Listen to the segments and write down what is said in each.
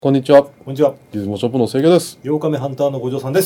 こんにちは。 こんにちは。 ギズモショップの清家です。 8日目ハンターの五条さんです。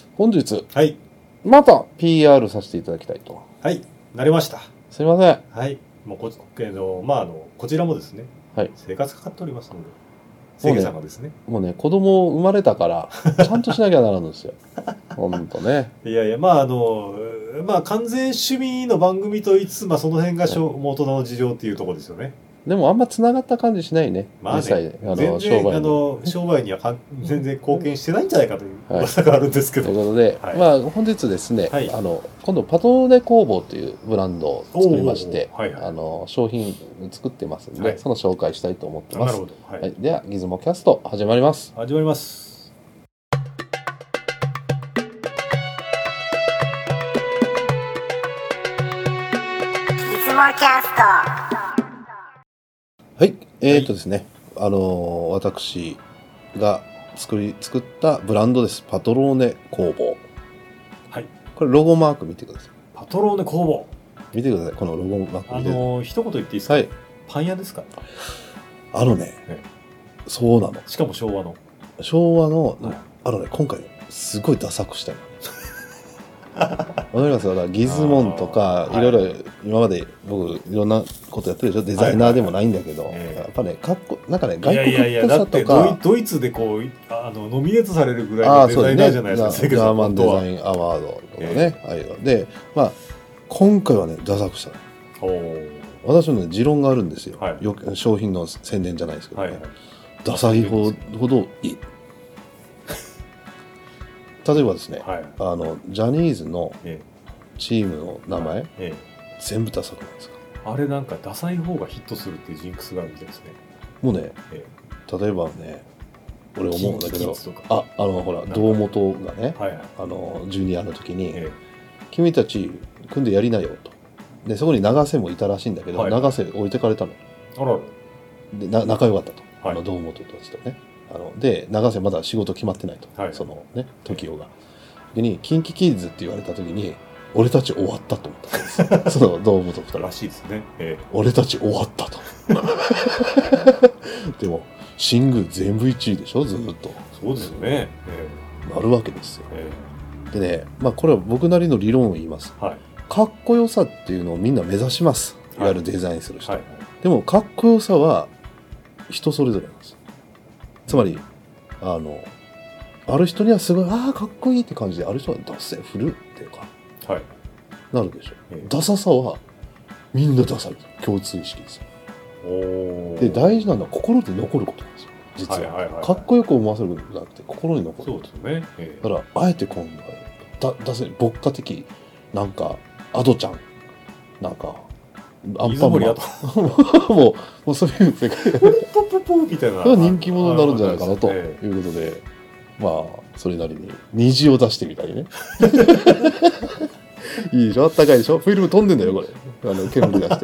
本日、 はい。 また PR させていただきたいと。 はい。慣れました。 すいません。 はい。もうこちらもですね、 はい。 生活かかっておりますので、清家さんがですね。 もうね、子供生まれたから、ちゃんとしなきゃならんのですよ。ほんとね。 いやいや、完全趣味の番組と言いつつ、その辺が大人の事情っていうところですよね。 でもあんま繋がった感じしないね。実際、 全然商売には全然貢献してないんじゃないかという噂があるんですけど。 ということで、本日ですね、今度パトローネ工房というブランドを作りまして、商品作ってますので、その紹介したいと思ってます。では、ギズモキャスト始まります。 始まります。 ギズモキャスト。はい、ですね、私が作ったブランドです。パトローネ工房。 はい。 これロゴマーク見てください。 パトローネ工房。 見てください。このロゴマーク。 一言言っていいですか。 はい。 パン屋ですか。 そうなの。 しかも昭和の。 今回すごいダサくしたの。わかりますか。ギズモンとかいろいろ今まで僕いろんなことやってるでしょ。デザイナーでもないんだけど、やっぱねなんかね外国っぽさとか、 ドイツでこうノミネートされるぐらいのデザイナーじゃないですか。 ジャーマンデザインアワードとかね、ああいうので、今回はねダサくしたの。私のね持論があるんですよ。商品の宣伝じゃないですけどね。ダサいほどいい。例えばですね、ジャニーズのチームの名前、全部ダサくないですか。 あれなんかダサい方がヒットするっていうジンクスがあるみたいですね。 もうね、例えばね、俺思うんだけど、ほら堂本がね、ジュニアの時に、君たち組んでやりなよと。でそこに永瀬もいたらしいんだけど、永瀬置いてかれたの。で仲良かったと、堂本たちとね。で永瀬まだ仕事決まってないと、そのね時が時にキンキキッズって言われた時に俺たち終わったと思ったんですよ。その堂本2人らしいですね。 俺たち終わったと。でもシングル全部1位でしょ、ずっと。 そうですよね。 なるわけですよ。でね、これは僕なりの理論を言います。かっこよさっていうのをみんな目指します。いわゆるデザインする人。でもかっこよさは人それぞれなんです。つまりある人にはすごいかっこいいって感じで、ある人はダセフルっていうか、なるでしょ。ダサさはみんなダサい共通意識ですよ。で大事なのは心で残ることなんですよ。実はかっこよく思わせることじゃなくて心に残ること。だからあえて今度はダセい牧歌的なんかアドちゃんなんかアンパンマンもうそういう世界みたいな人気者になるんじゃないかなということで、それなりに虹を出してみたりね。いいでしょ、あったかいでしょ。フィルム飛んでんだよこれ、煙出して。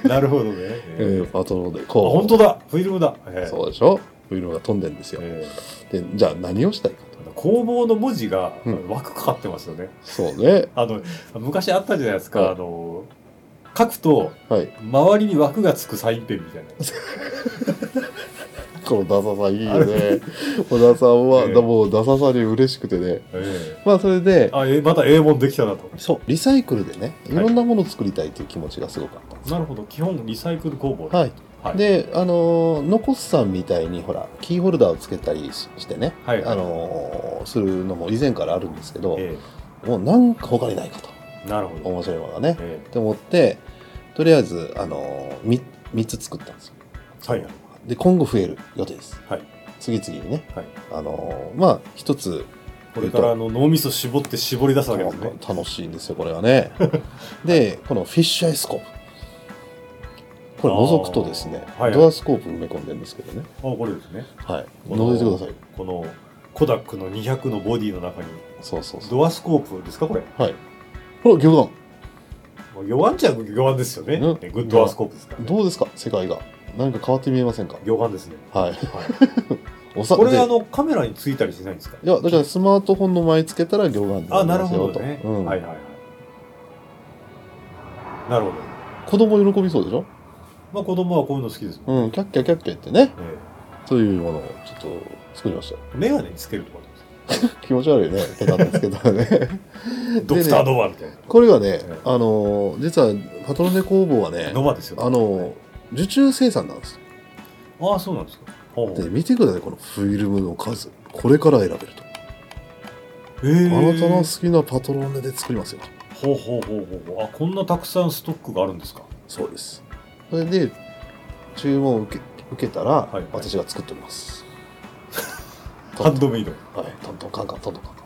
なるほどね。 パトローでこう、 本当だ、フィルムだ。 そうでしょ、フィルムが飛んでんですよ。でじゃあ何をしたいかと。 工房の文字が枠かかってますよね。 そうね。 昔あったじゃないですか。書くと周りに枠がつくサインペンみたいな。 このダサさいいよね。小田さんはもうダサさに嬉しくてね。それでまた英文できたなと。 そう、リサイクルでね、いろんなものを作りたいという気持ちがすごかったんです。 なるほど、基本リサイクル工房。 でノコスさんみたいにほらキーホルダーをつけたりしてね、するのも以前からあるんですけど、もうなんか他にないかと。なるほど、面白いものがね、って思って、とりあえず3つ作ったんですよ。で今後増える予定です。次々にね、一つこれから脳みそ絞って絞り出すわけですね。 楽しいんですよこれはね。でこのフィッシュアイスコープ、これ覗くとですね、ドアスコープ埋め込んでるんですけどね。これですね。覗いてください。 このコダックの200のボディの中にそうドアスコープですかこれ。 これ魚眼。 魚眼っちゃ魚眼ですよね。グッドアスコープですから。 どうですか世界が。何か変わって見えませんか。 魚眼ですね。 これカメラについたりしないんですか。 いやだからスマートフォンの前つけたら魚眼で。 なるほどね。なるほど。 子供喜びそうでしょ。 子供はこういうの好きです。 キャッキャキャッキャってね。そそういうものをちょっと作りました。 メガネにつけるとか気持ち悪いね、ペタッとつけたらね。 ドクターノバみたいな。 これがね、実はパトロネ工房はね、 ノバですよ。 受注生産なんです。 ああ、そうなんですか。 で、見てください、このフィルムの数。これから選べると。あなたの好きなパトロネで作りますよ。 ほう。あ、こんなたくさんストックがあるんですか。 そうです。それで、注文を受けたら、私が作っております。 ハンドメイド。 はい、トントンカンカントントンカンカ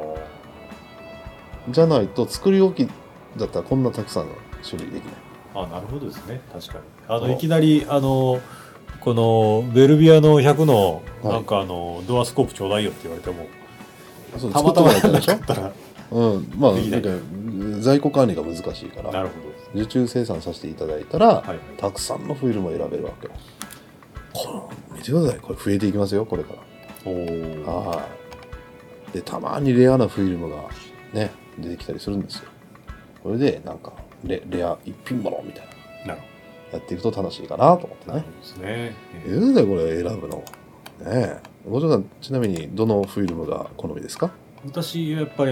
ン。じゃないと作り置きだったらこんなたくさんの種類できない。 あ、なるほどですね。確かに。いきなりこのベルビアの100のなんかドアスコープちょうだいよって言われても、 たまたまなかったら、 まあ在庫管理が難しいから。 なるほど。受注生産させていただいたら、たくさんのフィルムを選べるわけよ。見てください。これ増えていきますよ、これから。で、たまにレアなフィルムがね出てきたりするんですよ。これでなんかレア一品物みたいなやっていくと楽しいかなと思ってね。 そうですね。 これ選ぶのね。ご嬢さん、ちなみにどのフィルムが好みですか？ 私やっぱり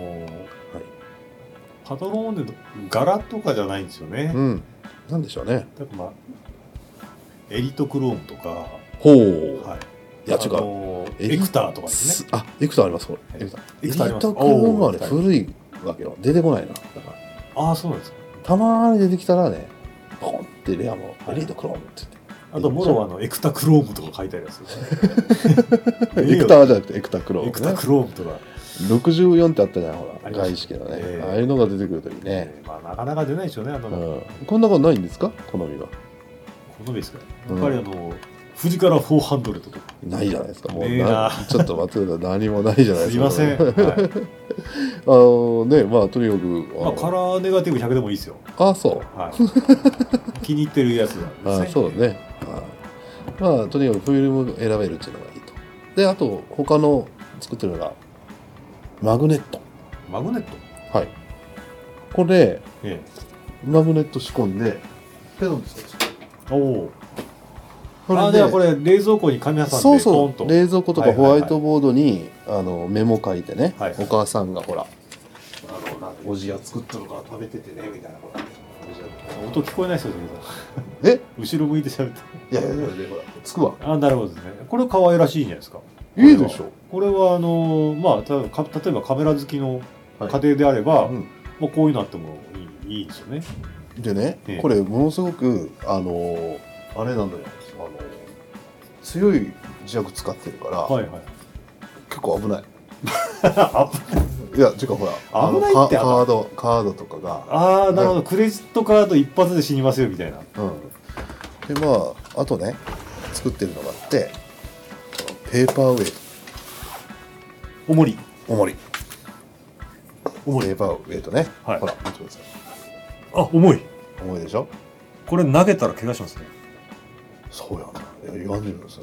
パトローネの柄とかじゃないんですよね。 なんでしょうね。 エリートクロームとか。 ほう。いや、違う。エクターとかですね。 あ、エクターあります。エクタークロームはね、古いわけよ。出てこないな。 ああ、そうなんですか。 たまに出てきたらね、ポンってレアのエリートクロームって言って。 あと、もろはエクタクロームとか書いてあるやつですね。エクターじゃなくてエクタクローム。 エクタクロームとか。 64ってあったじゃん、ほら。外資系のね。ああいうのが出てくるといいね。 なかなか出ないでしょうね、 こんなことないんですか？好みは。 好みですか？やっぱり富士から400とか。 ないじゃないですか。もうちょっと待ってください。何もないじゃないですか。 すいません。 まあとにかく。 カラーネガティブ100でもいいですよ。 あ、そう。 気に入ってるやつなんですね。 そうね。まあとにかくフィルム選べるっていうのがいいと。で、あと他の作ってるのがマグネット。 マグネット。 はい。これマグネット仕込んでペドンです。 おお。ではこれ冷蔵庫に紙挟んでポンと。冷蔵庫とかホワイトボードにメモ書いてね。お母さんがほらおじや作ったのから食べててねみたいな。 音聞こえないですよ。後ろ向いて喋って。 いやほらつくわ。 なるほどですね。これ可愛らしいじゃないですか。 いいでしょ。 これは例えばカメラ好きの家庭であれば、こういうのあってもいいですよね。 でね、これものすごくあれなんだよ。強い磁石使ってるから、結構危ない。いや、違うほら、 危ないってカードとかが。なるほど。クレジットカード一発で死にますよみたいな。 で、あとね、作ってるのがあって、ペーパーウェイト。 重り。 ペーパーウェイトね。ほら、見てください。 重い。 重いでしょ。 これ投げたら怪我しますね。 そうやな。言わんでるんですよ。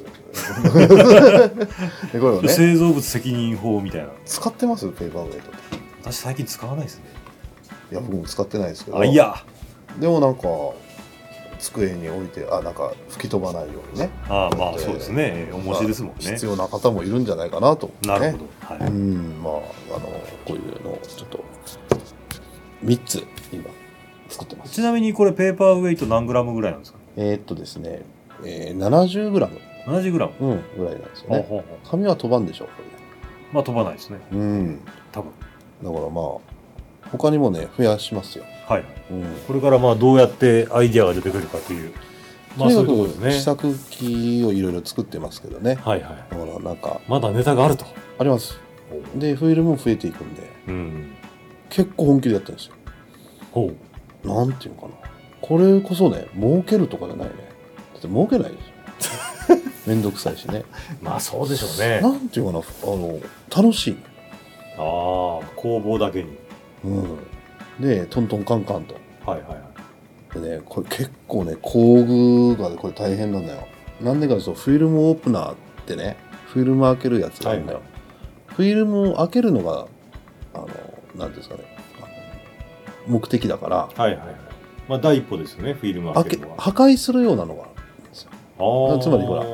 これ製造物責任法みたいな。 使ってますペーパーウェイトって。 私最近使わないですね。 いや僕も使ってないですけど。 いや。 でもなんか机に置いてなんか吹き飛ばないようにね。 そうですね。重しですもんね。 必要な方もいるんじゃないかなと思ってね。 なるほど。 こういうのをちょっと3つ今作ってます。 ちなみにこれペーパーウェイト何グラムぐらいなんですか？ ですね。70グラム。 70グラム。 ぐらいなんですよね。紙は飛ばんでしょう、これ。飛ばないですね。多分。 だから他にもね、増やしますよ。 はい。これからどうやってアイディアが出てくるかという。 そういうところですね。試作機をいろいろ作ってますけどね。 はい。 だからなんか。 まだネタがあると。 あります。で、フィルムも増えていくんで。結構本気でやってるんですよ。なんていうのかな。これこそね、儲けるとかじゃないね。だって儲けないでしょ。めんどくさいしね。 そうでしょうね。 なんていうかな、楽しい。 工房だけに。 で、トントンカンカンと。でね、これ結構ね、工具がこれ大変なんだよ。なんでかというと、フィルムオープナーってね、フィルム開けるやつがあるんだよ。フィルムを開けるのが、なんですかね、目的だから。 第一歩ですよね、フィルム開けるのは。 破壊するようなのがあるんですよ。つまりほら、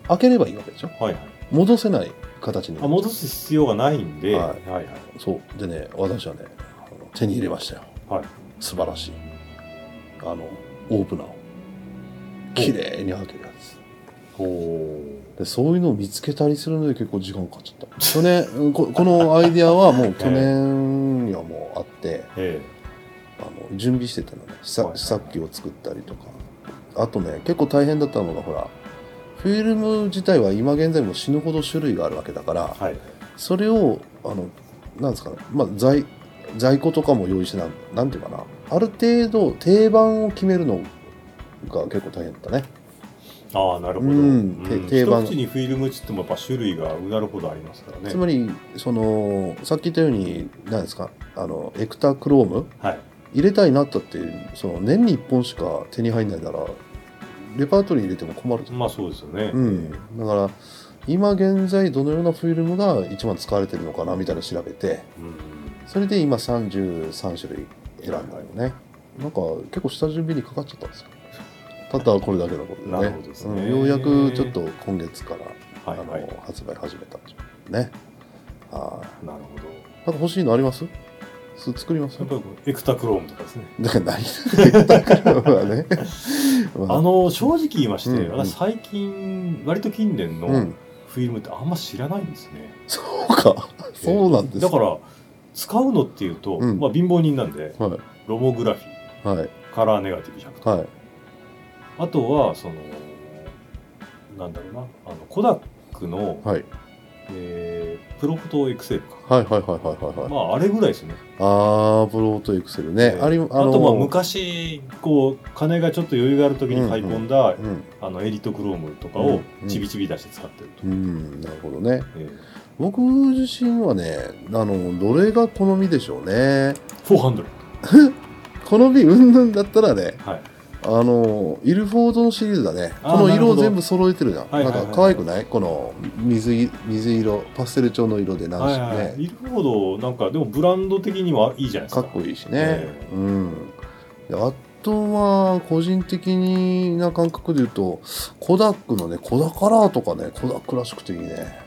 開ければいいわけでしょ、 はいはい、 戻せない形に。 戻す必要がないんで、 はいはいはい、 そうでね、私はね手に入れましたよ、 はい、 素晴らしいオープナーを綺麗に開けるやつ。でそういうのを見つけたりするので結構時間かかっちゃった。去年このアイディアはもう去年にはもうあって、準備してたのね、試作機を作ったりとか。あとね結構大変だったのが、ほらフィルム自体は今現在も死ぬほど種類があるわけだから、はい、それをなんですかね、まあ、在庫とかも用意してなんていうかな、ある程度定番を決めるのが結構大変だったね。 ああ、なるほど。定番。一口にフィルムって言ってもやっぱ種類がうなるほどありますからね。 つまりさっき言ったように何ですか、エクタクローム、はい、入れたいなったって年に1本しか手に入んないならレパートリー入れても困ると。 まあそうですよね。 だから今現在どのようなフィルムが一番使われてるのかなみたいなの調べて、それで今33種類選んだよね。なんか結構下準備にかかっちゃったんですよ。たったこれだけのことでね。 なるほどですね。 ようやくちょっと今月から発売始めたんですね。 なるほど。 なんか欲しいのあります？作ります？ エクタクロームとかですね。 だから何？エクタクロームはね。 正直言いまして、私最近割と近年のフィルムってあんま知らないんですね。 そうか。そうなんです。 だから使うのっていうと、まあ貧乏人なんで、ロモグラフィー、カラーネガティブ100とか、あとはなんだろうな、コダックの、プロフォトエクセルか。まああれぐらいですね。 プロフォトエクセルね。 あとまあ昔金がちょっと余裕がある時に買い込んだエリートクロームとかをちびちび出して使ってると。 なるほどね。僕自身はね、どれが好みでしょうね。 400。 好み云々だったらね、イルフォードのシリーズだね。この色を全部揃えてるじゃん。なんか可愛くない？この水色、パステル調の色で何種ね。 イルフォードなんかでもブランド的にはいいじゃないですか。 かっこいいしね。あとは個人的な感覚で言うと、コダックのね、コダカラーとかね、コダックらしくていいね。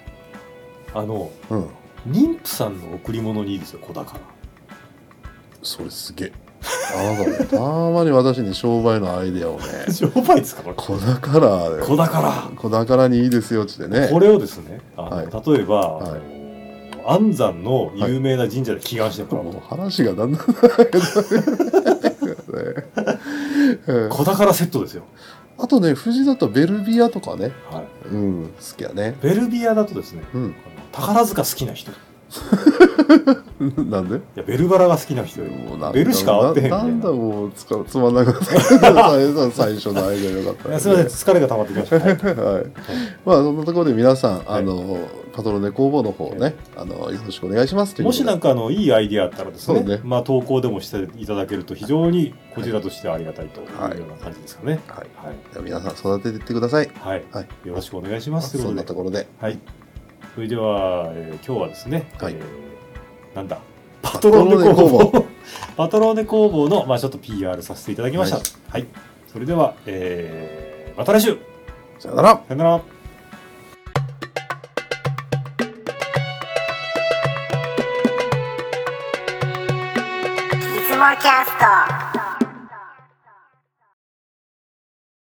妊婦さんの贈り物にいいですよ、コダカラー。 それすげえ。たまに私に商売のアイデアをね。 商売ですかこれ。 コダカラーで。 コダカラー。 コダカラーにいいですよってね。 これをですね、例えば、安山の有名な神社で祈願してもらうと。 話がだんだんコダカラセットですよ。 あとね、富士だとベルビアとかね。好きやね。 ベルビアだとですね、宝塚好きな人。 なんで？いやベルバラが好きな人よ。ベルしか合ってへん。 なんだもうつまんなかった。最初のアイデアよかった。 すみません、疲れが溜まってきました。 まあそんなところで皆さんパトロネ工房の方ね、よろしくお願いします。 もしなんかいいアイデアあったらですね、まあ投稿でもしていただけると非常にこちらとしてはありがたいというような感じですかね。はい。 皆さん育てていってください。 はい。よろしくお願いします。 そんなところで。 はい。それでは今日はですね、なんだパトローネ工房パトローネ工房のちょっと PR させていただきました。はい。それではまた来週。 さよなら。 さよなら。いつもキャスト。